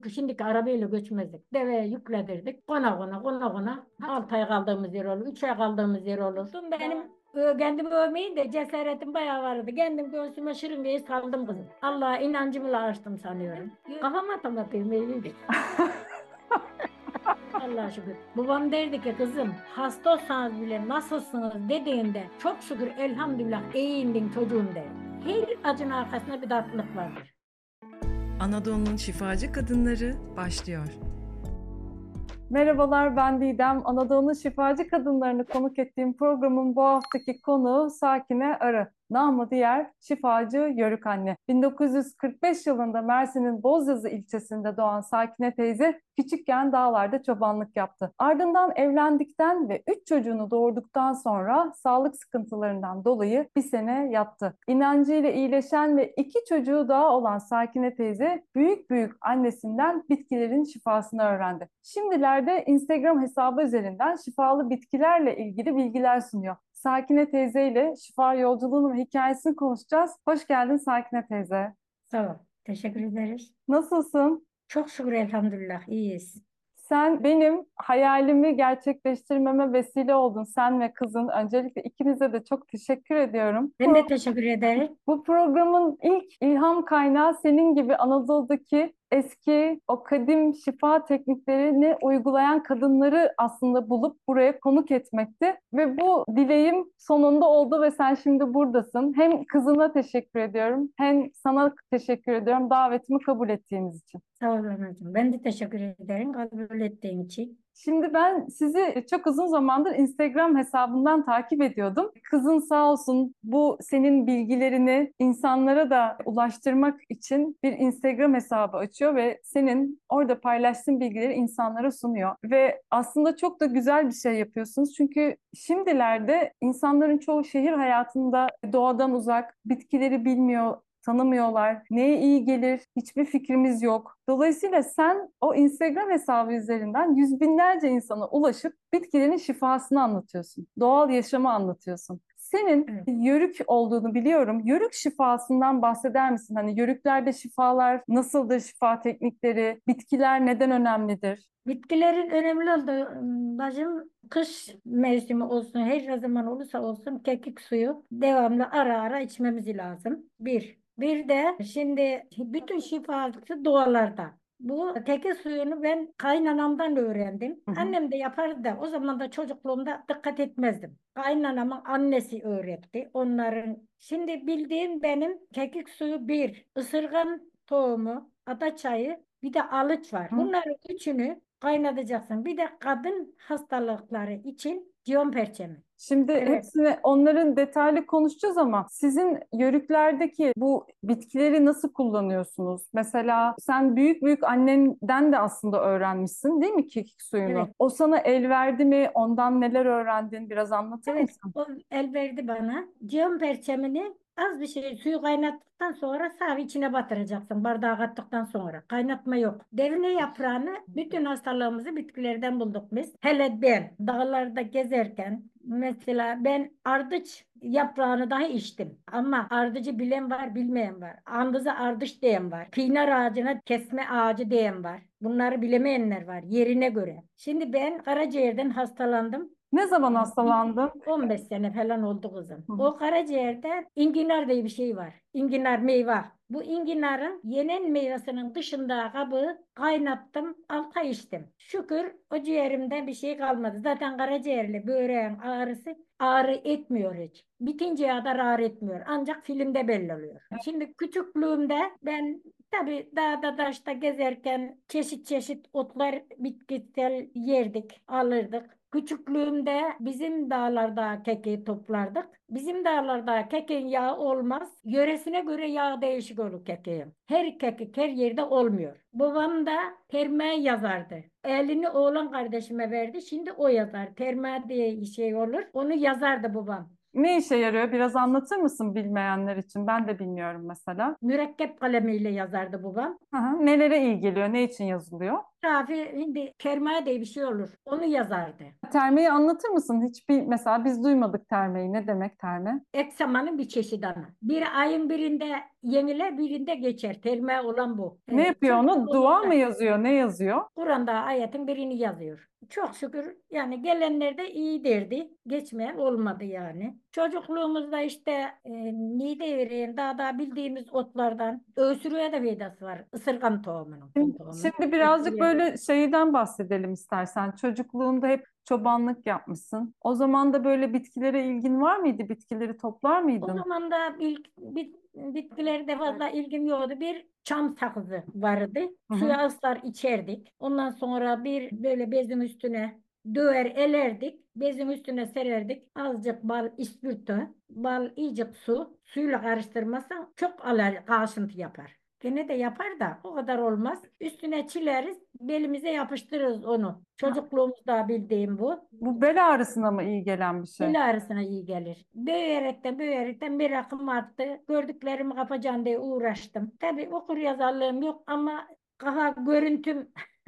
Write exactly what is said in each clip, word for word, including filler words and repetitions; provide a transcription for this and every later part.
Şimdiki arabayla göçmezdik. Deveye yükledirdik. Kona kona kona kona. altı ay kaldığımız yer olur. üç ay kaldığımız yer olurdu. Benim ö, kendimi övmeyin de cesaretim bayağı vardı. Kendim göğsüme şırıngayı saldım kızım. Allah'a inancımla açtım sanıyorum. Kafama tamatayım öyleydi. Allah'a şükür. Babam derdi ki kızım hasta olsanız bile nasılsınız dediğinde çok şükür elhamdülillah iyiyindin çocuğum der. Her acının arkasında bir tatlılık vardır. Anadolu'nun şifacı kadınları başlıyor. Merhabalar, ben Didem. Anadolu'nun şifacı kadınlarını konuk ettiğim programın bu haftaki konuğu Sakine Arı. Namı diğer şifacı Yörük Anne. bin dokuz yüz kırk beş yılında Mersin'in Bozyazı ilçesinde doğan Sakine teyze küçükken dağlarda çobanlık yaptı. Ardından evlendikten ve üç çocuğunu doğurduktan sonra sağlık sıkıntılarından dolayı bir sene yattı. İnancıyla iyileşen ve iki çocuğu daha olan Sakine teyze büyük büyük annesinden bitkilerin şifasını öğrendi. Şimdilerde Instagram hesabı üzerinden şifalı bitkilerle ilgili bilgiler sunuyor. Sakine teyze ile şifa yolculuğunun ve hikayesini konuşacağız. Hoş geldin Sakine teyze. Sağ ol. Teşekkür ederiz. Nasılsın? Çok şükür elhamdülillah iyiyiz. Sen benim hayalimi gerçekleştirmeme vesile oldun. Sen ve kızın. Öncelikle ikinize de çok teşekkür ediyorum. Ben de teşekkür ederim. Bu programın ilk ilham kaynağı senin gibi Anadolu'daki eski o kadim şifa tekniklerini uygulayan kadınları aslında bulup buraya konuk etmekti. Ve bu dileğim sonunda oldu ve sen şimdi buradasın. Hem kızına teşekkür ediyorum hem sana teşekkür ediyorum davetimi kabul ettiğiniz için. Sağ ol anacığım. Ben de teşekkür ederim kabul ettiğin için. Şimdi ben sizi çok uzun zamandır Instagram hesabından takip ediyordum. Kızın sağ olsun bu senin bilgilerini insanlara da ulaştırmak için bir Instagram hesabı açıyor ve senin orada paylaştığın bilgileri insanlara sunuyor. Ve aslında çok da güzel bir şey yapıyorsunuz. Çünkü şimdilerde insanların çoğu şehir hayatında doğadan uzak, bitkileri bilmiyor, tanımıyorlar. Neye iyi gelir? Hiçbir fikrimiz yok. Dolayısıyla sen o Instagram hesabı üzerinden yüz binlerce insana ulaşıp bitkilerin şifasını anlatıyorsun. Doğal yaşamı anlatıyorsun. Senin Evet. yörük olduğunu biliyorum. Yörük şifasından bahseder misin? Hani yörüklerde şifalar nasıldır, şifa teknikleri, bitkiler neden önemlidir? Bitkilerin önemli olduğu ım, bacım kış mevsimi olsun her zaman olursa olsun kekik suyu devamlı ara ara içmemiz lazım. Bir. Bir de şimdi bütün şifası doğalarda. Bu kekik suyunu ben kaynanamdan öğrendim. Hı hı. Annem de yapardı da o zaman da çocukluğumda dikkat etmezdim. Kaynanamın annesi öğretti. Onların şimdi bildiğim benim kekik suyu bir, ısırgan tohumu, adaçayı, bir de alıç var. Hı. Bunların üçünü kaynatacaksın. Bir de kadın hastalıkları için ciyon perçemi. Şimdi Evet. hepsini onların detaylı konuşacağız ama sizin yörüklerdeki bu bitkileri nasıl kullanıyorsunuz? Mesela sen büyük büyük annenden de aslında öğrenmişsin değil mi kekik suyunu? Evet. O sana el verdi mi? Ondan neler öğrendin? Biraz anlatır Evet, mısın? o el verdi bana. Cihan perçemini az bir şey suyu kaynattıktan sonra sadece içine batıracaksın bardağa kattıktan sonra. Kaynatma yok. Defne yaprağını bütün hastalığımızı bitkilerden bulduk biz. Hele ben dağlarda gezerken mesela ben ardıç yaprağını dahi içtim. Ama ardıcı bilen var bilmeyen var. Andızı ardıç diyen var. Pinar ağacına kesme ağacı diyen var. Bunları bilemeyenler var yerine göre. Şimdi ben karaciğerden hastalandım. Ne zaman hastalandın? on beş sene falan oldu kızım. Hı hı. O karaciğerde inginar diye bir şey var. İnginar meyve. Bu inginarın yenen meyvesinin dışında kabı kaynattım, altı ay içtim. Şükür o ciğerimde bir şey kalmadı. Zaten karaciğerli böreğin ağrısı ağrı etmiyor hiç. Bitinceye kadar ağrı etmiyor. Ancak filmde belli oluyor. Şimdi küçüklüğümde ben tabii dağda taşta gezerken çeşit çeşit otlar bitkisel yerdik, alırdık. Küçüklüğümde bizim dağlarda keki toplardık. Bizim dağlarda kekin yağı olmaz. Yöresine göre yağ değişik olur kekiğin. Her kekik her yerde olmuyor. Babam da terme yazardı. Elini oğlan kardeşime verdi. Şimdi o yazar. Terme diye şey olur. Onu yazardı babam. Ne işe yarıyor? Biraz anlatır mısın bilmeyenler için? Ben de bilmiyorum mesela. Mürekkep kalemiyle yazardı babam. Hı hı. Nelere iyi geliyor? Ne için yazılıyor? Rafi şimdi Kerma diye bir şey olur. Onu yazardı. Termeyi anlatır mısın? Hiçbir mesela biz duymadık termeyi. Ne demek terme? Eksamanın bir çeşidi ama. Bir ayın birinde yenile birinde geçer. Terme olan bu. Ne Ee, yapıyor onu? Dua mı çocukluğumuzda yazıyor? Ne yazıyor? Kur'an'da ayetin birini yazıyor. Çok şükür yani gelenler de iyi derdi. Geçmeyen olmadı yani. Çocukluğumuzda işte e, neydi vereyim daha da bildiğimiz otlardan ösürüğe de faydası var. Isırgan tohumunun, kum Şimdi, tohumunun. şimdi birazcık Ösürüğe de. böyle şeyden bahsedelim istersen. Çocukluğunda hep çobanlık yapmışsın. O zaman da böyle bitkilere ilgin var mıydı? Bitkileri toplar O mıydın? zaman da ilk bit, bitkilerde fazla ilgim yoktu. Bir çam sakızı vardı. Hı hı. Suya ıslar içerdik. Ondan sonra bir böyle bezin üstüne döver elerdik. Bezin üstüne sererdik. Azıcık bal, ispirto, bal, iyicik su. Suyla karıştırmazsan çok aler, kaşıntı yapar. Gene de yapar da o kadar olmaz. Üstüne çileriz, belimize yapıştırırız onu. Çocukluğumuzda bildiğim bu. Bu bel ağrısına mı iyi gelen bir şey? Bel ağrısına iyi gelir. Büyüyerekten büyüyerekten merakım arttı. Gördüklerimi kapacağım diye uğraştım. Tabii okur yazarlığım yok ama kafa görüntüm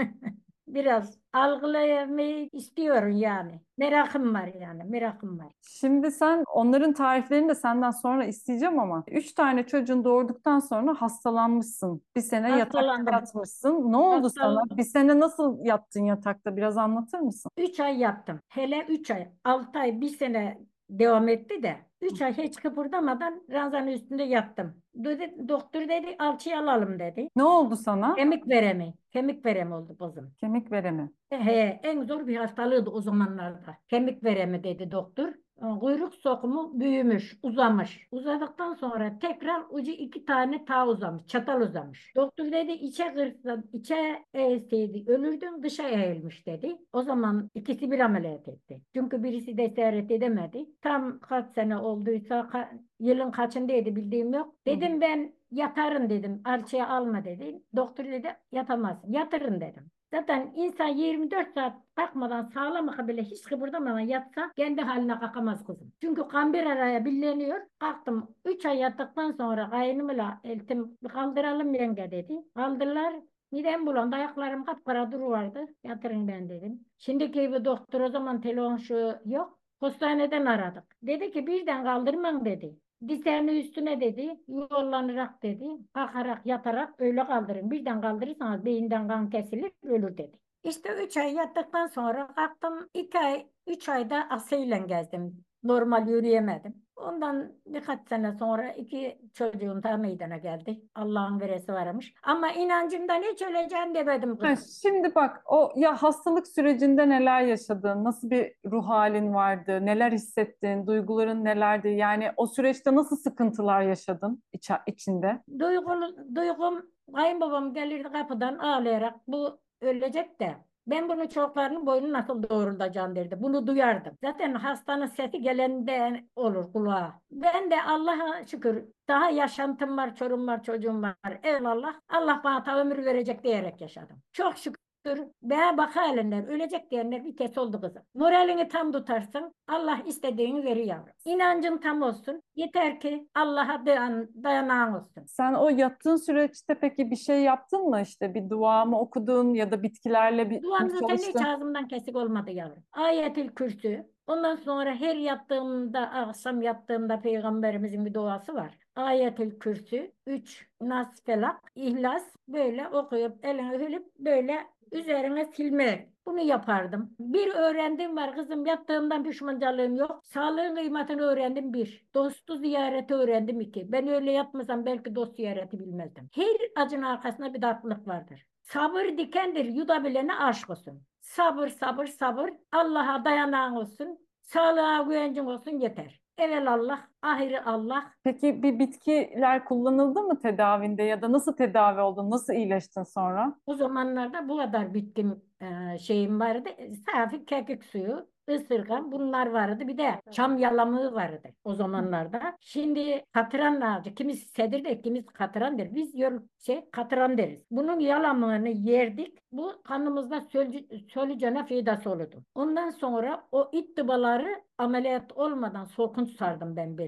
biraz algılayamayı istiyorum yani. Merakım var yani, merakım var. Şimdi sen onların tariflerini de senden sonra isteyeceğim ama üç tane çocuğun doğurduktan sonra hastalanmışsın. Bir sene yatakta Hastalandım. yatmışsın. Ne oldu sana? Hastalandım. Bir sene nasıl yattın yatakta? Biraz anlatır mısın? Üç ay yattım. Hele üç ay, altı ay, bir sene devam etti de üç ay hiç kıpırdamadan ranzanın üstünde yattım. Dedi, doktor dedi alçıyı alalım dedi. Ne oldu sana? Kemik veremi. Kemik veremi oldu kızım. Kemik veremi. He, en zor bir hastalığıydı o zamanlarda. Kemik veremi dedi doktor. E, Kuyruk sokumu büyümüş, uzamış. Uzadıktan sonra tekrar ucu iki tane ta uzamış, çatal uzamış. Doktor dedi içe kırsa, içe eğseydi ölürdün, dışa eğilmiş dedi. O zaman ikisi bir ameliyat etti. Çünkü birisi de cesaret edemedi. Tam kaç sene olduysa, ka- yılın kaçındaydı bildiğim yok. Hı hı. Dedim ben yatarım dedim, alçıya alma dedi. Doktor dedi yatamazsın, yatırın dedim. Zaten insan yirmi dört saat kalkmadan sağlam bile hiç kıpırdamadan yatsa kendi haline kalkamaz kızım. Çünkü kan bir araya birleniyor. Kalktım üç ay yattıktan sonra kaynımla eltim kaldıralım yenge dedi. Kaldırlar. Midem bulandı, ayaklarım kapkara duruvardı. Yatırın ben dedim. Şimdiki gibi doktor o zaman telefon şu yok. Postaneden aradık. Dedi ki birden kaldırmam dedi. Dizlerini üstüne dedi, yuvarlanarak dedi, kalkarak yatarak öyle kaldırın. Birden kaldırırsanız beyinden kan kesilir, ölür dedi. İşte üç ay yattıktan sonra kalktım, iki ay, üç ayda aksayla gezdim. Normal yürüyemedim. Ondan birkaç sene sonra iki çocuğum da meydana geldi. Allah'ın veresi varmış. Ama inancımdan hiç öleceğim demedim Ha, kızım. şimdi bak o ya hastalık sürecinde neler yaşadın? Nasıl bir ruh halin vardı? Neler hissettin? Duyguların nelerdi? Yani o süreçte nasıl sıkıntılar yaşadın içe- içinde? Duygulu, duygum kayınbabam gelirdi kapıdan ağlayarak bu ölecek de ben bunu çocuklarının boynunu nasıl doğrultacağım derdi. Bunu duyardım. Zaten hastanın sesi gelende olur kulağa. Ben de Allah'a şükür daha yaşantım var, çorum var, çocuğum var. Eyvallah. Allah bana ta ömür verecek diyerek yaşadım. Çok şükür. Veya bak halinden ölecek diyenler bir kez oldu kızım. Moralini tam tutarsın. Allah istediğini verir yavrum. İnancın tam olsun. Yeter ki Allah'a dayan, dayanağın olsun. Sen o yattığın süreçte peki bir şey yaptın mı işte bir dua mı okudun ya da bitkilerle bir Duam mi zaten hiç çalıştın? ağzımdan kesik olmadı yavrum. Ayetül Kürsü. Ondan sonra her yattığımda, akşam yattığımda peygamberimizin bir duası var. Ayetül Kürsü, üç Nas Felak, İhlas böyle okuyup elini üfleyip böyle üzerine silmek. Bunu yapardım. Bir öğrendim var kızım yattığımdan pişmancalığım yok. Sağlığın kıymetini öğrendim bir. Dostu ziyareti öğrendim iki. Ben öyle yapmasam belki dost ziyareti bilmezdim. Her acının arkasında bir tatlılık vardır. Sabır dikendir, yudabilene aşk olsun. Sabır, sabır, sabır. Allah'a dayanağın olsun. Sağlığa güvencin olsun yeter. Evelallah, ahiri Allah. Peki bir bitkiler kullanıldı mı tedavinde ya da nasıl tedavi oldun? Nasıl iyileştin sonra? O zamanlarda bu kadar bitkim e, şeyim vardı. Safi kekik suyu, ısırgan bunlar vardı. Bir de çam yalamığı vardı o zamanlarda. Şimdi katran ağacı. Kimisi sedir de kimisi katran der. Biz yol, şey, katran deriz. Bunun yalamığını yerdik. Bu kanımızda sölcü, solucana faydası oldu. Ondan sonra o ittibaları ameliyat olmadan sokunt sardım ben belime.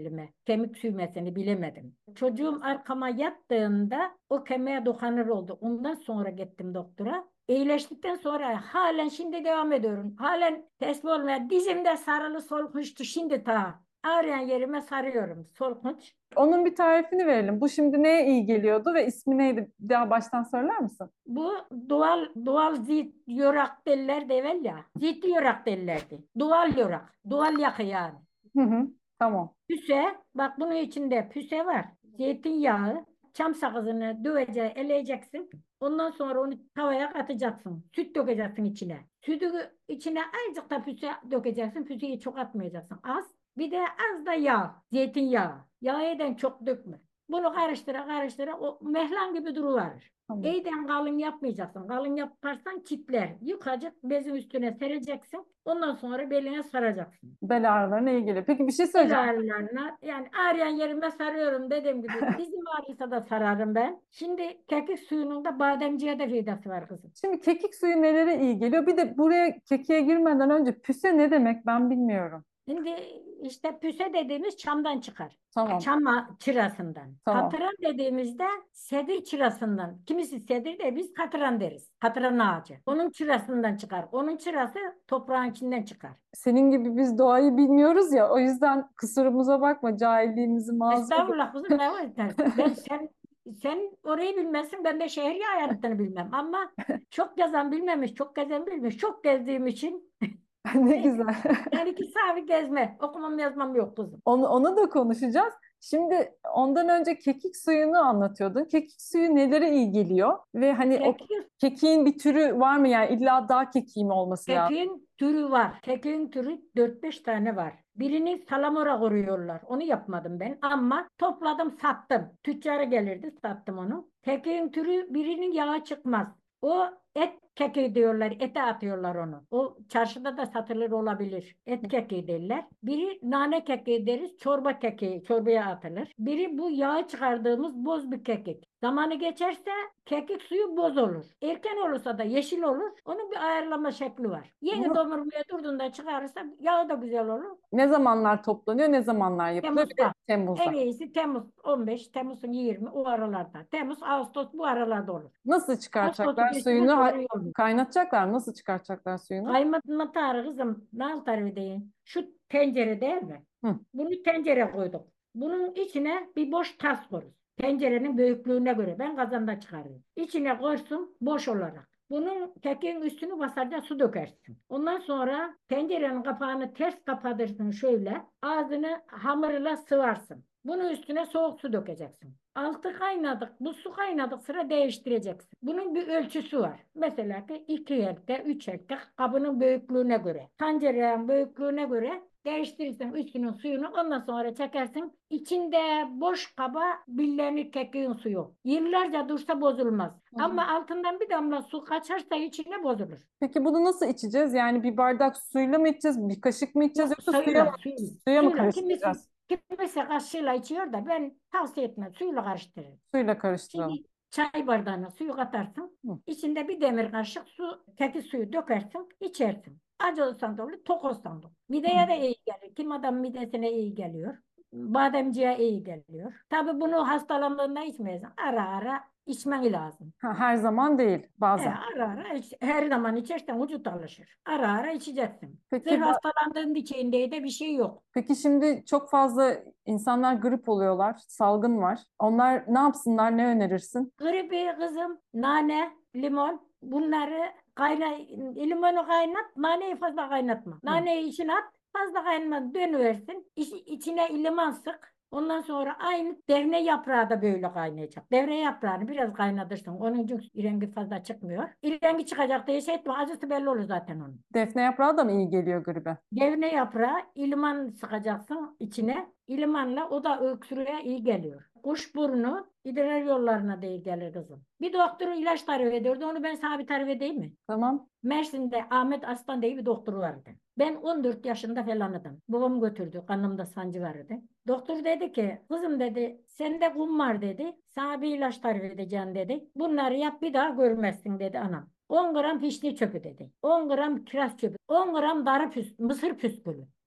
elime. Kemik süymesini bilemedim. Çocuğum arkama yattığında o kemiğe dokunur oldu. Ondan sonra gittim doktora. İyileştikten sonra halen şimdi devam ediyorum. Halen tesbih olmaya dizimde sarılı solkunçtu şimdi ta. Ağrıyan yerime sarıyorum. Solkunç. Onun bir tarifini verelim. Bu şimdi neye iyi geliyordu ve ismi neydi? Bir daha baştan söyler misin? Bu doğal doğal zit yorak derler de evvel ya. Zit yorak derlerdi. Doğal yorak. Doğal yakı yani. Hı hı. Tamam. Püse, bak bunun içinde püse var. Zeytinyağı, çam sakızını döveceksin, eleyeceksin. Ondan sonra onu tavaya katacaksın. Süt dökeceksin içine. Sütü içine azıcık da püse dökeceksin. Püseyi çok atmayacaksın. Az. Bir de az da yağ, zeytinyağı. Yağdan çok dökme. Bunu karıştıra karıştıra o mehlan gibi duruverir. Tamam. İyiden kalın yapmayacaksın. Kalın yaparsan kitler. Yukacık bezin üstüne sereceksin. Ondan sonra beline saracaksın. Bel ağrılarına iyi geliyor. Peki bir şey Bel söyleyeceğim. ağrılarına yani ağrıyan yerime sarıyorum dediğim gibi. Dizim ağrıysa da sararım ben. Şimdi kekik suyunun da bademciğe de faydası var kızım. Şimdi kekik suyu nelere iyi geliyor? Bir de buraya kekiğe girmeden önce püse ne demek ben bilmiyorum. Şimdi işte püse dediğimiz çamdan çıkar. Tamam. Çam çırasından. Tamam. Katıran dediğimizde sedir çırasından. Kimisi sedir de biz katıran deriz. Katıran ağacı. Onun çırasından çıkar. Onun çırası toprağın içinden çıkar. Senin gibi biz doğayı bilmiyoruz ya, o yüzden kusurumuza bakma, cahilliğimizi mazur gör. Estağfurullah kızım ne var der. Ben sen sen orayı bilmezsin ben de şehir hayatını bilmem ama çok gezen bilmemiş çok gezen bilmiş çok gezdiğim için Ne güzel. yani iki saat gezme okumam yazmam yok kızım. Onu, onu da konuşacağız. Şimdi ondan önce kekik suyunu anlatıyordun. Kekik suyu nelere iyi geliyor? Ve hani o Kekik, kekiğin bir türü var mı, yani illa dağ kekiği mi olması lazım? kekiğin türü var. Kekiğin türü dört beş tane var. Birini salamura koruyorlar. Onu yapmadım ben ama topladım sattım. Tüccara gelirdi sattım onu. Kekiğin türü birinin yağı çıkmaz. O et kekiği diyorlar. Ete atıyorlar onu. O çarşıda da satılır olabilir. Et kekiği derler. Biri nane kekiği deriz. Çorba kekiği çorbaya atılır. Biri bu yağı çıkardığımız boz bir kekik. Zamanı geçerse kekik suyu boz olur. Erken olursa da yeşil olur. Onun bir ayarlama şekli var. Yeni Bunu domurmaya durduğunda çıkarırsa yağı da güzel olur. ne zamanlar toplanıyor, ne zamanlar yapılıyor? Bir de Temmuz'da. En Temmuz'da. iyisi Temmuz on beş, Temmuz'un yirmi o aralarda. Temmuz, Ağustos bu aralarda olur. Nasıl Ağustos'u çıkartacaklar geçtikten suyunu? Ha- sonra olur. Kaynatacaklar mı? Nasıl çıkartacaklar suyunu? Kaymatma tarı kızım. Nasıl tarif edeyim? Şu tencere değil mi? Hı. Bunu tencere koyduk. Bunun içine bir boş tas koyarız. Tencerenin büyüklüğüne göre. Ben kazanda çıkarıyorum. İçine koysun boş olarak. Bunun kekin üstünü basarca su dökersin. Ondan sonra tencerenin kapağını ters kapatırsın şöyle. Ağzını hamurla sıvarsın. Bunun üstüne soğuk su dökeceksin. Altı kaynadık. Bu su kaynadık sıra değiştireceksin. Bunun bir ölçüsü var. Mesela ki iki elde, üç elde kabının büyüklüğüne göre. Tencerenin büyüklüğüne göre değiştirirsin üstünün suyunu. Ondan sonra çekersin. İçinde boş kaba billenir kekiğin suyu. Yıllarca dursa bozulmaz. Hı hı. Ama altından bir damla su kaçarsa içine bozulur. Peki bunu nasıl içeceğiz? Yani bir bardak suyla mı içeceğiz, bir kaşık mı içeceğiz, Yok yoksa suya mı, suyla, suyla. suya mı Suyla. Kimisi, karıştıracağız? kimisi kaşığıyla içiyor da ben tavsiye etmem. Suyla karıştırırım. Suyla Şimdi karıştıralım. çay bardağına suyu katarsın. Hı. İçinde bir demir kaşık su, kekik suyu dökersin, içersin. Acı olsan da olur, tok olsan da olur. Hı. Mideye de iyi gelir. Kim adam midesine iyi geliyor. Bademciğe iyi geliyor. Tabii bunu hastalandığında içmeyeceksin. Ara ara içmen lazım. Ha, her zaman değil, E, bazen. ara ara iç- her zaman içersen vücut alışır. Ara ara içeceksin. Peki Sırf ba- hastalandığın içinde de bir şey yok. peki şimdi çok fazla insanlar grip oluyorlar, salgın var. Onlar ne yapsınlar, ne önerirsin? Gribi kızım, nane, limon bunları kayna, limonu kaynat, naneyi fazla kaynatma. Hı. Naneyi içine at, fazla kaynama dönüversin. İç, içine limon sık. Ondan sonra aynı defne yaprağı da böyle kaynayacak. Defne yaprağını biraz kaynatırsın. Onun çünkü rengi fazla çıkmıyor. Rengi çıkacak diye şey etme. Acısı belli olur zaten onun. Defne yaprağı da mı iyi geliyor gribe? Devne yaprağı iliman sıkacaksın içine. İlimanla o da öksürüğe iyi geliyor. Kuşburnu idrar yollarına da iyi gelir kızım. Bir doktor ilaç tarif ediyordu. Onu ben sana bir tarif edeyim mi? Tamam. Mersin'de Ahmet Aslan diye bir doktor vardı. Ben on dört yaşında falandım. Babam götürdü. Kanımda sancı vardı. Doktor dedi ki kızım dedi sende kum var dedi. Sana bir ilaç tarif edeceğim dedi. Bunları yap bir daha görmezsin dedi anam. on gram pişni çöpü dedi. on gram kiraz çöpü. on gram darı püs, mısır püskülü.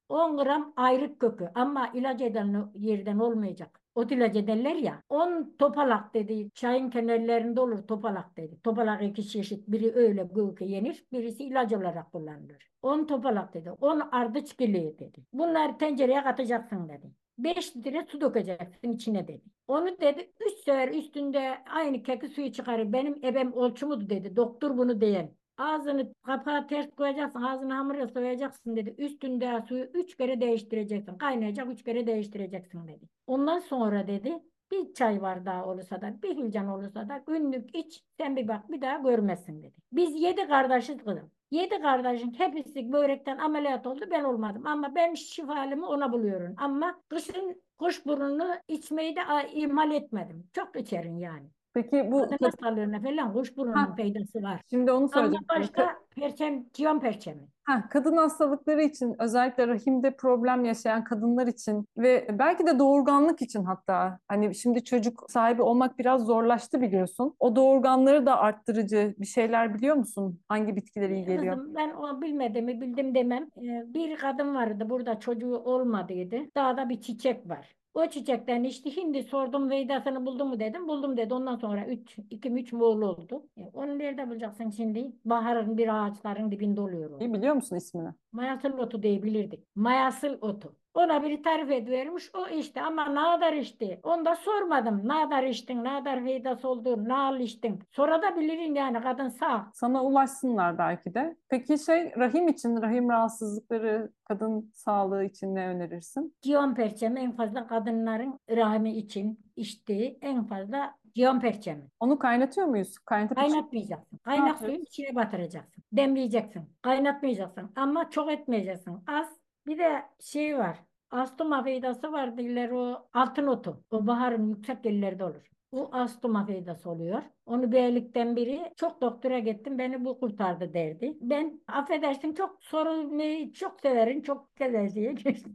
on gram ayrık kökü ama ilaç eden yerden olmayacak. Ot ilacı ederler ya. on topalak dedi. Çayın kenarlarında olur topalak dedi. Topalak iki çeşit. Biri öyle göğe yenir. Birisi ilaç olarak kullanılır. on topalak dedi. on ardıç giliği dedi. Bunları tencereye katacaksın dedi. beş litre su dökeceksin içine dedi. Onu dedi üç sefer üstünde aynı keki suyu çıkarır. Benim ebem ölçümüdü dedi. Doktor bunu diyen. Ağzını kapağı ters koyacaksın. Ağzını hamurla soyacaksın dedi. Üstünde suyu üç kere değiştireceksin. Kaynayacak üç kere değiştireceksin dedi. Ondan sonra dedi bir çay bardağı olursa da bir fincan olursa da günlük iç. Sen bir bak bir daha görmezsin dedi. Biz yedi kardeşiz kızım. Yedi kardeşin hepsi börekten ameliyat oldu. Ben olmadım. Ama ben şifalımı ona buluyorum. Ama kışın kuşburnu içmeyi de a, ihmal etmedim. Çok içerim yani. Peki bu Kadın hastalığına falan kuşburnunun ha, faydası var. şimdi onu Ama söyleyecektim. Ka- başta perçem, civan perçemi. Ha, kadın hastalıkları için özellikle rahimde problem yaşayan kadınlar için ve belki de doğurganlık için hatta hani şimdi çocuk sahibi olmak biraz zorlaştı biliyorsun. O doğurganları da arttırıcı bir şeyler biliyor musun? Hangi bitkiler iyi E, geliyor? Kızım ben o bilmediğimi bildim demem. E, Bir kadın vardı burada çocuğu olmadıydı. Dağda bir çiçek var. O çiçekten işte hindi sordum veydasını buldum mu dedim. Buldum dedi. Ondan sonra üç, iki üç oğlu oldu. E, onu nerede bulacaksın şimdi? Baharın bir ağaçların dibinde oluyor o. İyi biliyor musun ismini? Mayasıl otu diyebilirdik. Mayasıl otu. Ona biri tarif edivermiş o işte ama ne kadar içti. Onu da sormadım. Ne kadar içtin, ne kadar faydası oldu, ne al içtin. Sonra da bilirim yani kadın sağ. Sana ulaşsınlar belki de. Peki şey rahim için, rahim rahatsızlıkları, kadın sağlığı için ne önerirsin? Civan perçemi en fazla kadınların rahmi için içtiği en fazla civan perçemi. Onu kaynatıyor muyuz? Kaynatıp iç. Kaynatmayacaksın. Ne Kaynak suyun yapıyoruz? içine batıracaksın. Demleyeceksin. Kaynatmayacaksın. Ama çok etmeyeceksin. Az. Bir de şey var. Astoma faydası var diller o altın otu. O baharın yüksek yerlerde olur. Bu astoma faydası oluyor. Onu beylikten biri çok doktora gittim beni bu kurtardı derdi. Ben affedersin çok sorulmayı çok severim. Çok seveceğim.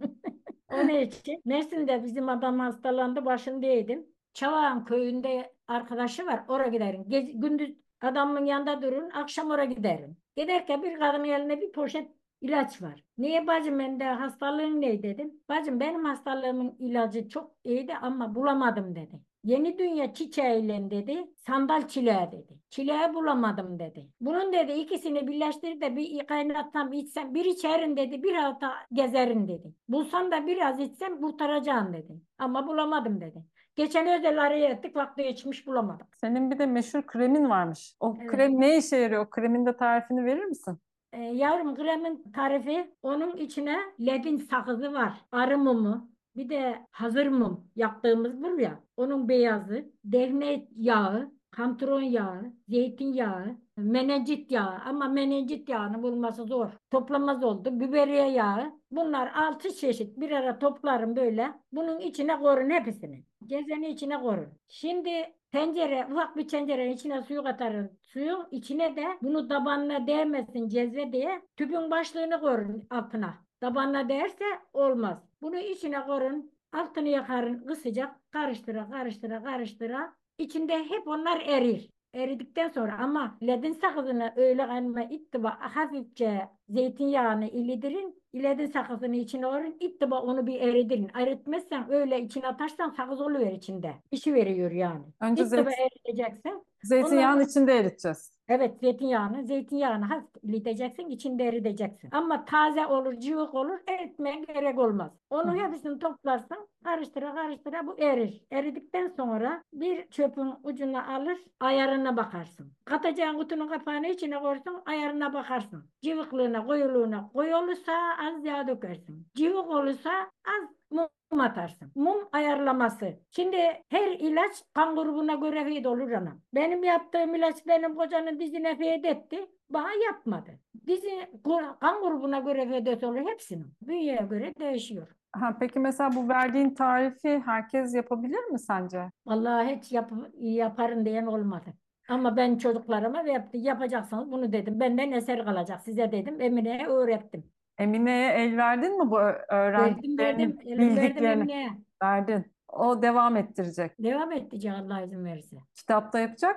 Onun için Mersin'de bizim adam hastalandı başındaydım. Çavağan köyünde arkadaşı var. Oraya giderim. Gece, gündüz adamın yanında durun. Akşam oraya giderim. Giderken bir kadının eline bir poşet ilaç var. Niye bacım ben de hastalığın ne dedim. Bacım benim hastalığımın ilacı çok iyiydi ama bulamadım dedi. Yeni dünya çiçeğiyle dedi. Sandal çileği dedi. Çileği bulamadım dedi. Bunun dedi ikisini birleştir de bir kaynatsam içsem bir içerim dedi. Bir hafta gezerim dedi. Bulsam da biraz içsem kurtaracağım dedi. Ama bulamadım dedi. Geçen özel araya ettik vakti geçmiş bulamadım. Senin bir de meşhur kremin varmış. O Evet. krem ne işe yarıyor? O kremin de tarifini verir misin? Ee, yavrum kremin tarifi onun içine ledin sakızı var. Arı mumu. Bir de hazır mum yaptığımız var ya onun beyazı, defne yağı, kantron yağı, zeytinyağı, menenjit yağı ama menenjit yağını bulması zor. Toplamaz oldu. Biberiye yağı. Bunlar altı çeşit bir ara toplarım böyle. Bunun içine korun hepsini. Gezeni içine korun. Şimdi tencere, ufak bir tencerenin içine suyu katarım. Suyun içine de bunu tabanına değmesin cezve diye tüpün başlığını korun altına. Tabanına değerse olmaz. Bunu içine korun. Altını yakarın ısıcak. Karıştıra karıştıra karıştıra. İçinde hep onlar erir. Eridikten sonra ama ledin sakızını öyle kaynama ittiba hafifçe zeytinyağını ilidirin. İledin sakızını içine orun. İttiba onu bir eridirin. Eritmezsen öyle içine atarsan sakız oluyor içinde. İşi veriyor yani. Önce İttiba zeyt eriteceksin. Ondan zeytinyağının içinde eriteceğiz. evet zeytinyağını, zeytinyağını hafif ileteceksin, içinde eriteceksin. Ama taze olur, cıvık olur, eritmeye gerek olmaz. Hı Onu hı. hepsini toplarsın, karıştıra karıştıra bu erir. Eridikten sonra bir çöpün ucuna alır, ayarına bakarsın. Katacağın kutunun kapağını içine koyarsan ayarına bakarsın. Cıvıklığına, koyuluğuna koyu olursa az yağ dökersin. Cıvık olursa az mum atarsın. Mum ayarlaması. Şimdi her ilaç kan grubuna göre fiyat olur ana. Benim yaptığım ilaç benim kocanın dizine fiyat etti. Bana yapmadı. Dizi kan grubuna göre fiyat olur hepsinin. Bünyeye göre değişiyor. Ha, peki mesela bu verdiğin tarifi herkes yapabilir mi sence? Vallahi hiç yap, yaparım diyen olmadı. Ama ben çocuklarıma yaptı, yapacaksınız bunu dedim. Benden eser kalacak size dedim. Emine'ye öğrettim. Emine'ye el verdin mi bu ö- Verdim öğrendiklerini, verdim. Elimi verdim bildiklerini? Emine'ye. Verdin. O devam ettirecek. Devam edecek Allah izin verirse. Kitapta yapacak mı?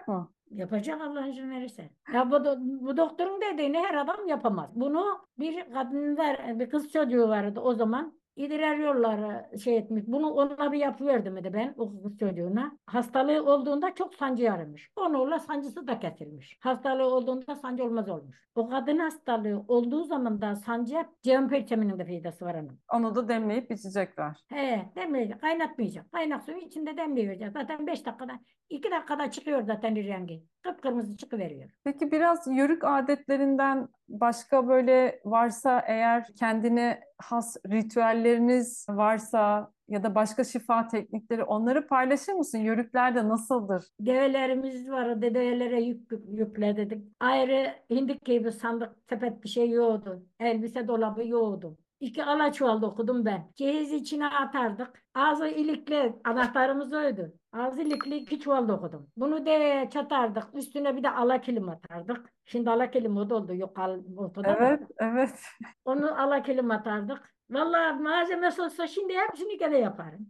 Yapacak Allah izin verirse. Ya bu, do- bu doktorun dediğini her adam yapamaz. Bunu bir kadın var, bir kız çocuğu vardı o zaman. İdrar yolları şey etmiş. Bunu ona bir yapıverdim dedi ben o kız çocuğuna. Hastalığı olduğunda çok sancı aramış. Onunla sancısı da kesilmiş. Hastalığı olduğunda sancı olmaz olmuş. O kadın hastalığı olduğu zaman da sancı cevap perçeminin de faydası var onun. Onu da demleyip içecekler. He, demleyecek, kaynatmayacak. Kaynak suyu içinde demleyiverecek. Zaten beş dakikada, iki dakikada çıkıyor zaten rengi. Kıpkırmızı çıkıveriyor. Peki biraz yörük adetlerinden başka böyle varsa eğer kendine has ritüelleriniz varsa ya da başka şifa teknikleri onları paylaşır mısın? Yörüklerde nasıldır? Develerimiz vardı, develere yük, yükle dedik. Ayrı hindik gibi sandık, sepet bir şey yoktu. Elbise dolabı yoktu. İki alaçuval okudum ben. Cehiz içine atardık. Ağzı ilikli, anahtarımız oydu. Ağzı ilikli iki çuval okudum. Bunu deveye çatardık. Üstüne bir de ala kilim atardık. Şimdi ala kilim o da oldu. Yok al, ortada da. Evet, evet. Onu ala kilim atardık. Vallahi malzemesi olsa şimdi hepsini gene yaparım.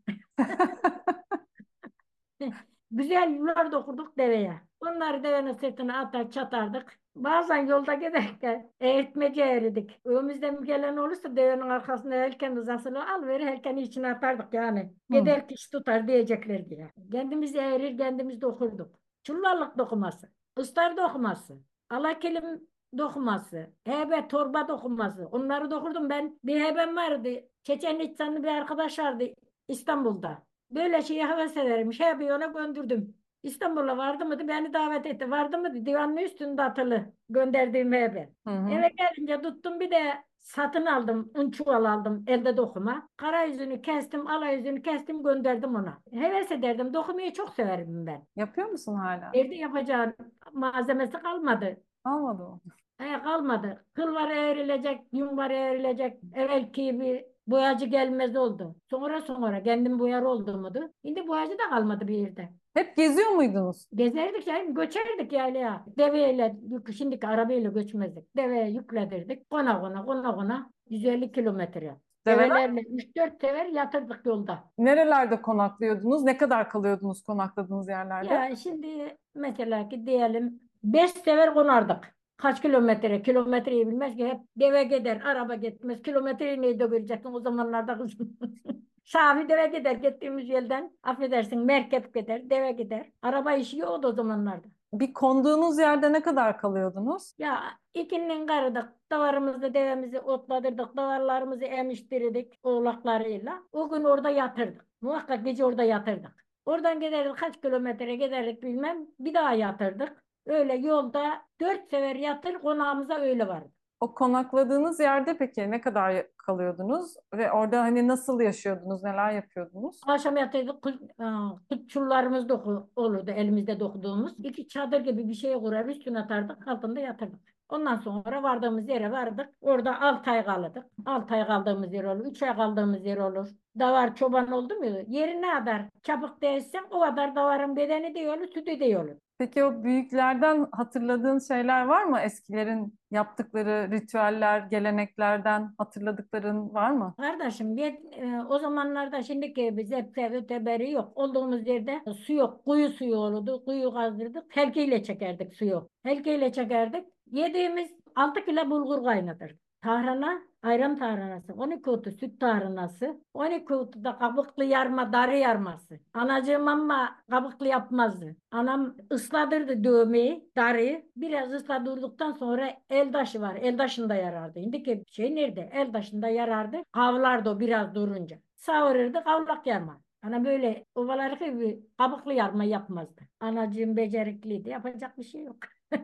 Güzel yular dokurduk deveye. Onları devenin sırtına atar çatardık. Bazen yolda giderken eğitmece eridik. Önümüzden gelen olursa devenin arkasına elken uzasını al verir elkeni içine atardık yani. Hı. Gider kişi tutar diyecekler diye. Kendimiz eğrir kendimiz dokurduk. Çullarlık dokuması, ıstar dokuması, alakilim dokuması, hebe torba dokuması. Onları dokurdum ben. Bir hebem vardı. Çeçen İhsanlı bir arkadaş vardı İstanbul'da. Böyle şeye heves ederim. Şey yapıyor ona gönderdim. İstanbul'a vardı mıydı? Beni davet etti. Vardı mıydı? Divanın üstünde atılı. Gönderdiğim eve. Hı hı. Eve gelince tuttum bir de satın aldım. Un çuval aldım elde dokuma. Kara yüzünü kestim, ala yüzünü kestim gönderdim ona. Heves ederdim. Dokumayı çok severim ben. Yapıyor musun hala? Evde yapacağım malzemesi kalmadı. Almadı mı? E, kalmadı. Kıl var eğrilecek, yün var eğrilecek. Evvelki bir boyacı gelmez oldu. Sonra sonra kendim boyar olduğumudu. Şimdi boyacı da kalmadı bir yerde. Hep geziyor muydunuz? Gezerdik yani göçerdik yani ya. Deveyle, yük, şimdiki arabayla göçmezdik. Deveye yükledirdik. Kona kona kona kona yüz elli kilometre. Develer Develerle üç dört sefer yatırdık yolda. nerelerde konaklıyordunuz? Ne kadar kalıyordunuz konakladığınız yerlerde? Ya şimdi mesela ki diyelim beş sefer konardık. Kaç kilometre? Kilometreyi bilmez ki hep deve gider, araba gitmez. Kilometreyi neyde göreceksin o zamanlarda kızım. Şafi deve gider gittiğimiz yerden. Affedersin merkep gider, deve gider. Araba işi yoktu o zamanlarda. Bir konduğunuz yerde ne kadar kalıyordunuz? Ya ikinin karıdık. Davarımızı, devemizi otladırdık. Davarlarımızı emiştirdik oğlaklarıyla. O gün orada yatırdık. Muhakkak gece orada yatırdık. Oradan giderdik kaç kilometre giderdik bilmem. Bir daha yatırdık. Öyle yolda dört sefer yatır konağımıza öyle vardı. O konakladığınuz yerde peki ne kadar kalıyordunuz ve orada hani nasıl yaşıyordunuz, neler yapıyordunuz? Akşam yatırdık. Kul, aa, Kutçullarımız doku, olurdu elimizde dokuduğumuz. İki çadır gibi bir şey kurar üstüne atardık altında yatırdık. Ondan sonra vardığımız yere vardık. Orada altı ay kalırdık. altı ay kaldığımız yer olur. üç ay kaldığımız yer olur. Davar çoban oldu mu? Yeri ne kadar çabuk değilsen o kadar davarın bedeni de olur, sütü de olur. Peki o büyüklerden hatırladığın şeyler var mı? Eskilerin yaptıkları ritüeller, geleneklerden hatırladıkların var mı? Kardeşim bir, e, o zamanlarda şimdiki biz hep öteberi yok. Olduğumuz yerde su yok. Kuyu suyu olurdu. Kuyu kazdırdık. Helkeyle çekerdik suyu. Helkeyle çekerdik. Yediğimiz altı kilo bulgur kaynatırdık. Tahrana, ayran tahranası, on iki kutu süt tahranası, on iki kutu da kabuklu yarma, darı yarması. Anacığım ama kabuklu yapmazdı. Anam ısladırdı dövmeyi, darıyı. Biraz ısladırdıktan sonra eldaşı var. Eldaşında yarardı. Şimdiki şey nerede? Eldaşında yarardı. Kavlardı o biraz durunca. Savururdu, kavlak yarma. Ana böyle ovaları gibi kabuklu yarma yapmazdı. Anacığım becerikliydi. Yapacak bir şey yok.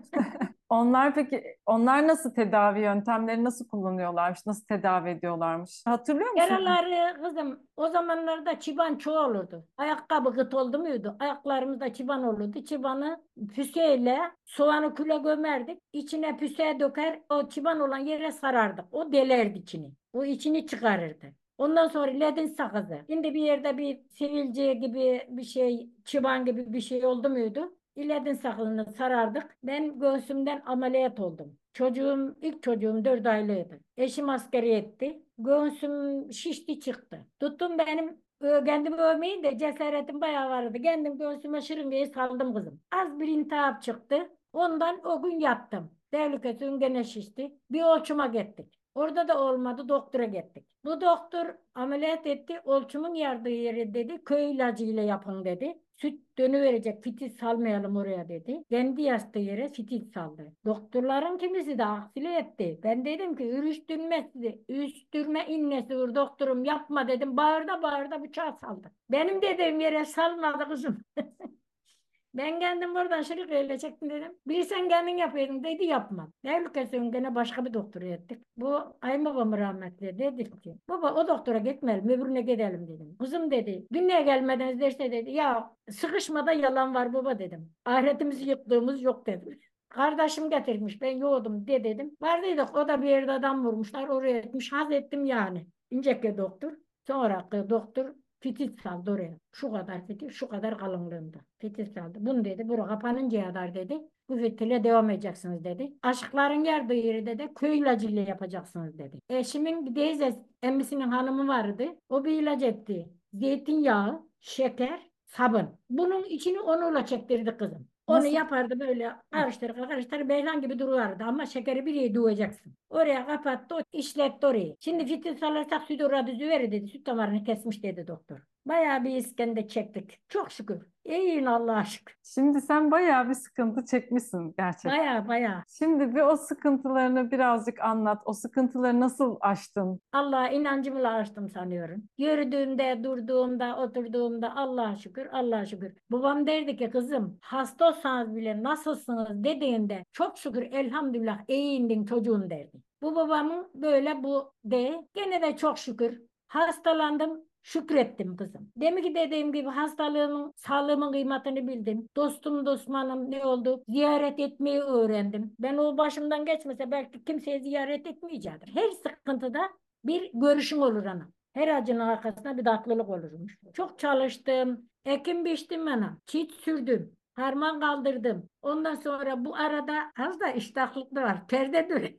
Onlar peki, onlar nasıl tedavi yöntemleri nasıl kullanıyorlarmış, nasıl tedavi ediyorlarmış? Hatırlıyor musun? Yaraları kızım o zamanlarda çıban çoğu olurdu. Ayakkabı kıt oldu muydu? Ayaklarımızda çıban olurdu. Çıbanı füseyle soğanı küle gömerdik. İçine füse döker o çıban olan yere sarardık. O delerdi içini. O içini çıkarırdı. Ondan sonra ledin sakızı. Şimdi bir yerde bir sivilce gibi bir şey, çıban gibi bir şey oldu muydu? İledin sakızını sarardık. Ben göğsümden ameliyat oldum. Çocuğum, ilk çocuğum dört aylıydı. Eşim askeri etti. Göğsüm şişti çıktı. Tuttum benim Ö, kendimi övmeyin de cesaretim bayağı vardı. Kendim göğsüme şırıngayı saldım kızım. Az bir iltihap çıktı. Ondan o gün yattım. Devlet gene şişti. Bir ölçüme gittik. Orada da olmadı. Doktora gittik. Bu doktor ameliyat etti. Ölçümün yardığı yeri dedi. Köy ilacıyla yapın dedi. Süt dönüverecek. Fitil salmayalım oraya dedi. Kendi yastığı yere fitil saldı. Doktorların kimisi de aksile etti. Ben dedim ki ürüştürmesi, ürüştürme innesi vur doktorum yapma dedim. Bağırda bağırda bıçağı saldı. Benim dediğim yere salmadı kızım. Ben kendim buradan şırıkla çektim dedim. Bir sen kendin yapıyordun dedi yapma. Devlet gene başka bir doktora ettik. Bu kayınbabam rahmetli dedi ki baba o doktora gitmeyelim öbürüne gidelim dedim. Kızım dedi dünyaya gelmeden derse dedi ya sıkışmada yalan var baba dedim. Ahiretimizi yıktığımız yok dedim. Kardeşim getirmiş ben yoğurdum de dedim. Vardıydık o da bir yerde adam vurmuşlar oraya etmiş haz ettim yani. İnceki doktor. Sonra doktor fitil saldı oraya. Şu kadar fitil, şu kadar kalınlığında. Fitil saldı. Bunu dedi, bura kapanıncaya kadar dedi. Bu fitile devam edeceksiniz dedi. Aşıkların yardığı yeri dedi, köy ilacıyla yapacaksınız dedi. Eşimin bir teyze, emmisinin hanımı vardı. O bir ilaç etti. Zeytinyağı, şeker, sabun. Bunun içini onunla çektirdi kızım. Onu Nasıl? yapardı böyle karıştırır karıştırır beylan gibi duruyordu ama şekeri bir yere duyacaksın. Oraya kapattı, o işletti orayı. Şimdi fitil salarsak süt orada düzüverir dedi. Süt damarını kesmiş dedi doktor. Bayağı bir iskende çektik. Çok şükür. İyiyim Allah'a şükür. Şimdi sen bayağı bir sıkıntı çekmişsin gerçekten. Bayağı bayağı. Şimdi bir o sıkıntılarını birazcık anlat. O sıkıntıları nasıl aştın? Allah'a inancımla açtım sanıyorum. Yürüdüğümde, durduğumda, oturduğumda Allah'a şükür, Allah'a şükür. Babam derdi ki kızım hasta olsanız bile nasılsınız dediğinde çok şükür elhamdülillah iyiyindin çocuğum derdi. Bu babamın böyle bu de gene de çok şükür hastalandım. Şükrettim kızım. Demek ki dediğim gibi hastalığımın, sağlığımın kıymetini bildim. Dostum dostmanım ne oldu? Ziyaret etmeyi öğrendim. Ben o başımdan geçmese belki kimseye ziyaret etmeyecektir. Her sıkıntıda bir görüşüm olur ana. Her acının arkasında bir tatlılık olurmuş. Çok çalıştım. Ekim biçtim bana. Çit sürdüm. Harman kaldırdım. Ondan sonra bu arada az da iştahlık da var. Perde dönedim.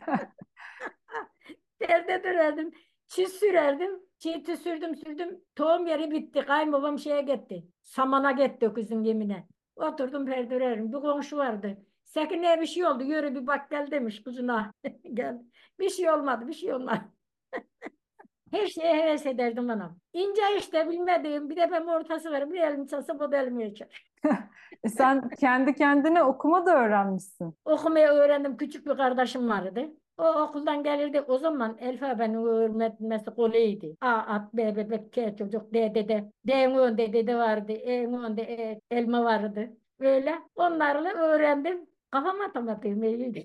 Perde dönerdim. Çiz sürerdim. Çiğiti sürdüm sürdüm. Tohum yeri bitti. Kayınbabam şeye gitti. Samana gitti kızın yemine. Oturdum perde örerdim. Bir komşu vardı. Sekin'e bir şey oldu. Yürü bir bak gel demiş kızına. Gel. Bir şey olmadı. Bir şey olmadı. Her şeye heves ederdim anam. İnce işte bilmediğim bir de ben ortası var. Bir elim çalsa bu da elimi geçer. E sen kendi kendine okuma da öğrenmişsin. Okumayı öğrendim. Küçük bir kardeşim vardı. O okuldan gelirdi. O zaman alfabenin öğrenmesi kolaydı. A, at, B, bebek, K, çocuk, D, dede. D'nin önünde dede vardı. E'nin önünde e, elma vardı. Böyle onlarla öğrendim. Kafa matematiğim iyiydi.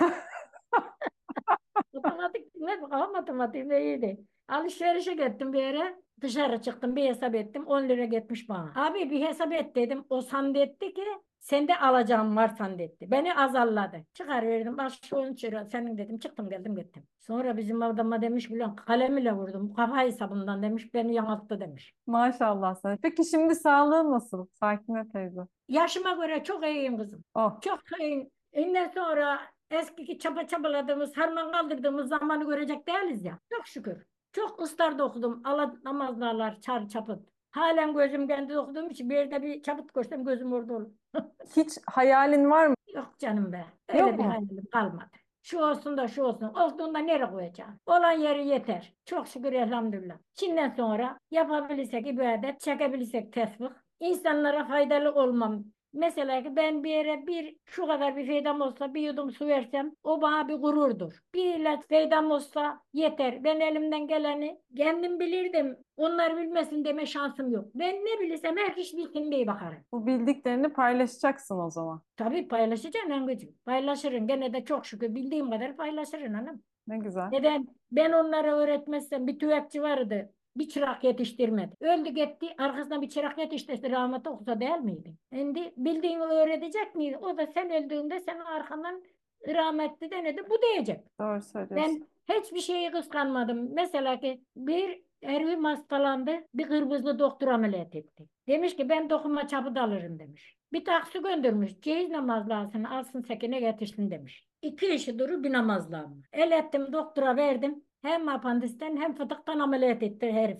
Matematik ne? Kafa matematiğim iyiydi. Alışverişe gittim bir yere. Dışarı çıktım bir hesap ettim. on lira gitmiş bana. Abi bir hesap et dedim. O zannetti ki sende alacağım var zannetti. Beni azarladı. Çıkar verdim. Bak şu on lira senin dedim. Çıktım geldim gittim. Sonra bizim adama demiş bilen kalemiyle vurdum. Kafa hesabından demiş. Beni yanılttı demiş. Maşallah sana. Peki şimdi sağlığın nasıl? Sakine teyze. Yaşıma göre çok iyiyim kızım. Oh, Çok iyiyim. Ondan sonra eski çaba çabaladığımız, harman kaldırdığımız zamanı görecek değiliz ya. Çok şükür. Çok ıslarda okudum. Allah namazlarlar çar çapıt. Halen gözüm kendi okuduğum için bir yerde bir çaput görsem gözüm orada olur. hiç hayalin var mı? Yok canım be. Yok Öyle bir mu? hayalim kalmadı. Şu olsun da şu olsun. Olduğunda nereye koyacağım? Olan yeri yeter. Çok şükür elhamdülillah. Çin'den sonra yapabilirsek ibadet, çekebilirsek tesbih, insanlara faydalı olmam. Mesela ki ben bir yere bir şu kadar bir faydam olsa bir yudum su versem o bana bir gururdur. Bir ilaç faydam olsa yeter. Ben elimden geleni kendim bilirdim. Onlar bilmesin deme şansım yok. Ben ne bilirsem herkes bilsin diye bakarım. Bu bildiklerini paylaşacaksın o zaman. Tabii paylaşacaksın Engin. Paylaşırım. Gene de çok şükür bildiğim kadar paylaşırım hanım. Ne güzel. Neden? Ben onlara öğretmezsem bir tüvekçi vardı. Bir çırak yetiştirmedi. Öldü gitti. Arkasından bir çırak yetiştirdi. Rahmet okusa değil miydi? Şimdi bildiğini öğretecek miydi? O da sen öldüğünde senin arkandan rahmetli denedi. Bu diyecek. Doğru söylüyorsun. Ben hiçbir şeyi kıskanmadım. Mesela ki bir Ervim hastalandı. Bir kırmızı doktor ameliyat etti. Demiş ki ben dokuma çapı da alırım demiş. Bir taksi göndermiş. Ceyiz namazlarını alsın sekine getirsin demiş. İki işi duru bir namazlar mı? El ettim doktora verdim. Hem apandisten hem fıtıktan ameliyat etti herifi.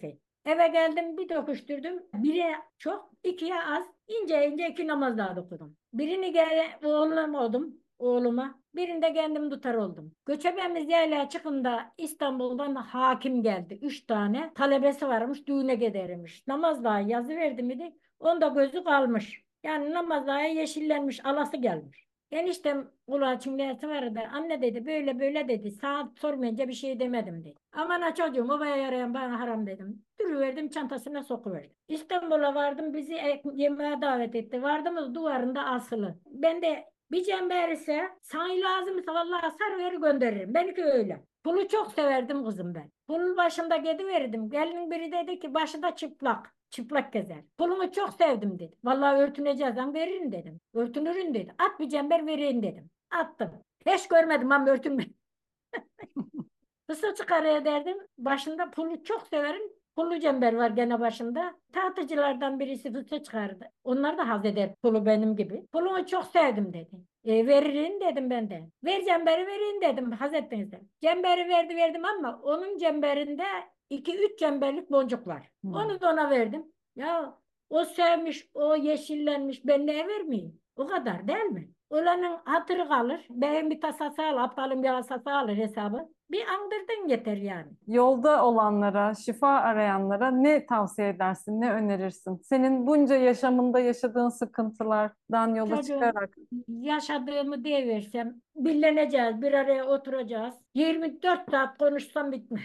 Eve geldim bir dokuşturdum. Bire çok, ikiye az. İnce ince iki namaz daha okudum. Birini gel oğlum oldum. Oğluma. Birinde kendim tutar oldum. Göçebemiz yaylaya çıkında İstanbul'dan hakim geldi. Üç tane talebesi varmış, düğüne gidermiş. Namaz daha yazı verdi miydi? Onda gözü kalmış. Yani namaz daha yeşillenmiş, alası gelmiş. Eniştem kulağı çimlersi vardı. Anne dedi böyle böyle dedi. Saat sormayınca bir şey demedim dedi. Aman ha çocuğum obaya yarayan bana haram dedim. Duruverdim çantasına sokuverdim. İstanbul'a vardım bizi e- yemeğe davet etti. Vardığımız duvarında asılı. Ben de bir cember ise sana lazımsa vallahi sarıveri gönderirim. Benimki öyle. Pulu çok severdim kızım ben. Pulun başında gidiverdim. Gelinin biri dedi ki başı da çıplak. Çıplak gezer. Pulumu çok sevdim dedi. Vallahi örtüneceğiz ama veririm dedim. Örtünürüm dedi. At bir cember vereyim dedim. Attım. Hiç görmedim ama örtünme. Fısıl çıkarıyor derdim. Başında pulu çok severim. Pullu cember var gene başında. Tahtıcılardan birisi fısıl çıkardı. Onlar da haz eder pulu benim gibi. Pulumu çok sevdim dedi. E, veririm dedim ben de. Ver cemberi verin dedim haz ettinizden. Cemberi verdi verdim ama onun cemberinde iki üç cemberlik boncuk var. Hmm. Onu da ona verdim. Ya o sevmiş, o yeşillenmiş. Ben neye vermeyeyim? O kadar değil mi? Olanın hatırı kalır. Benim bir tasası alır, aptalın bir tasası alır hesabı. Bir andırdın yeter yani. Yolda olanlara, şifa arayanlara ne tavsiye edersin, ne önerirsin? Senin bunca yaşamında yaşadığın sıkıntılardan yola Çocuğum çıkarak. yaşadığımı diyiversem birleneceğiz, bir araya oturacağız. yirmi dört saat konuşsam bitmez.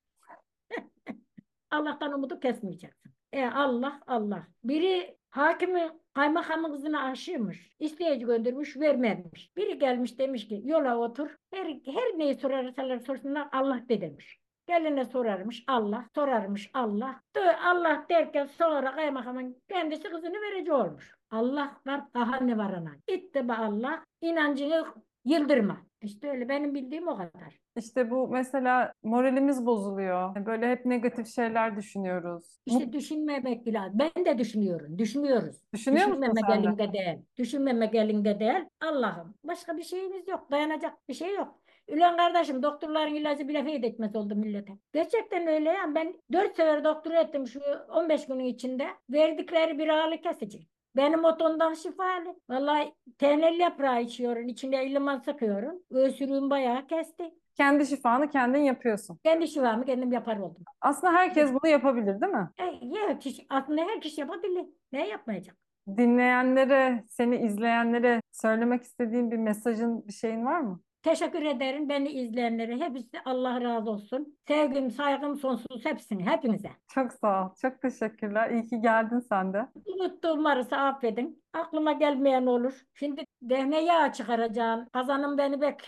Allah'tan umudu kesmeyeceksin. E Allah Allah. Biri hakimi kaymakamın kızına aşıymış. İsteyici göndermiş vermemiş. Biri gelmiş demiş ki yola otur. Her, her neyi sorarsalar sorsunlar Allah de demiş. Geline sorarmış Allah, sorarmış Allah. Dö- Allah derken sonra kaymakamın kendisi kızını verici olmuş. Allah var daha ne var ana. İttiba Allah inancını yıldırma. İşte öyle benim bildiğim o kadar. İşte bu mesela moralimiz bozuluyor. Böyle hep negatif şeyler düşünüyoruz. İşte Mut, düşünmemek lazım. Ben de düşünüyorum. Düşünüyoruz. düşünüyor musun Düşünmemek sen de? elinde değil. Düşünmemek elinde değil. Allah'ım. Başka bir şeyimiz yok. Dayanacak bir şey yok. Ülen kardeşim doktorların ilacı bile fayda etmez oldu millete. Gerçekten öyle ya. Ben dört sefer doktor ettim şu on beş günün içinde. Verdikleri bir ağrı kesici. Benim otondan şifalı. Vallahi tenel yaprağı içiyorum. İçinde iliman sıkıyorum. Öksürüğüm bayağı kesti. Kendi şifanı kendin yapıyorsun. Kendi şifamı kendim yapar oldum. Aslında herkes bunu yapabilir, değil mi? E, ya, kişi, aslında her kişi yapabilir. Ne yapmayacak? Dinleyenlere, seni izleyenlere söylemek istediğin bir mesajın, bir şeyin var mı? Teşekkür ederim beni izleyenlere. Hepsi Allah razı olsun. Sevgim, saygım sonsuz hepsini, hepinize. Çok sağ ol. Çok teşekkürler. İyi ki geldin sen de. Unuttuğum varsa affedin. Aklıma gelmeyen olur. Şimdi defne yağı çıkaracağım. Kazanım beni bek.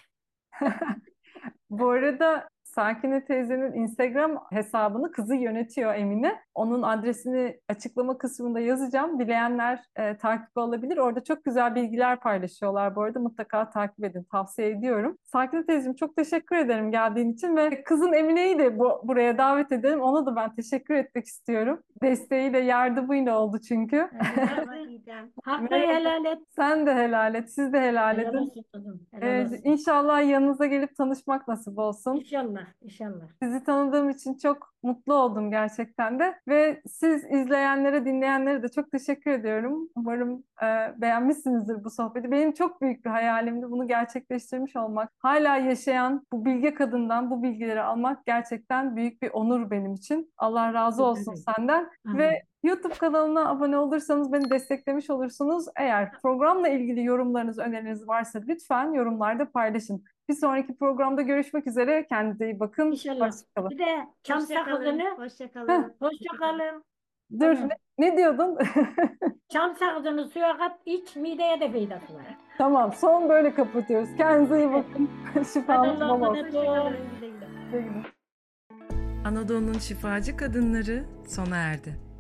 Bu arada Sakine teyzenin Instagram hesabını kızı yönetiyor Emine. Onun adresini açıklama kısmında yazacağım. Dileyenler e, takip alabilir. Orada çok güzel bilgiler paylaşıyorlar bu arada. Mutlaka takip edin. Tavsiye ediyorum. Sakine teyzeciğim çok teşekkür ederim geldiğin için ve kızın Emine'yi de bu, buraya davet edelim. Ona da ben teşekkür etmek istiyorum. Desteğiyle, yardımıyla oldu çünkü. Merhaba Didem. Hakkı Merhaba. helal et. Sen de helal et. Siz de helal Helal edin. olsun kızım. Helal Ee, olsun. inşallah yanınıza gelip tanışmak nasip olsun. İnşallah, inşallah. Sizi tanıdığım için çok mutlu oldum gerçekten de. Ve siz izleyenlere, dinleyenlere de çok teşekkür ediyorum. Umarım e, beğenmişsinizdir bu sohbeti. Benim çok büyük bir hayalimdi bunu gerçekleştirmiş olmak. Hala yaşayan bu bilge kadından bu bilgileri almak gerçekten büyük bir onur benim için. Allah razı olsun Evet. senden. Ve Amin. YouTube kanalına abone olursanız beni desteklemiş olursunuz. Eğer programla ilgili yorumlarınız, önerileriniz varsa lütfen yorumlarda paylaşın. Bir sonraki programda görüşmek üzere. Kendinize iyi bakın. İnşallah. Hoşçakalın. Bir de çam Hoşça kalın. sakızını, Hoşça Heh, kalın. hoşça kalın. dur, Tamam. ne, ne diyordun? Çam sakızını suya kat, iç, mideye de faydası var. Tamam, son böyle kapatıyoruz. Kendinize iyi bakın. Hadi Şifanız bol Allah'a olsun. emanet Hoşça ol. kalın. Güle güle. Güle güle. Anadolu'nun şifacı kadınları sona erdi.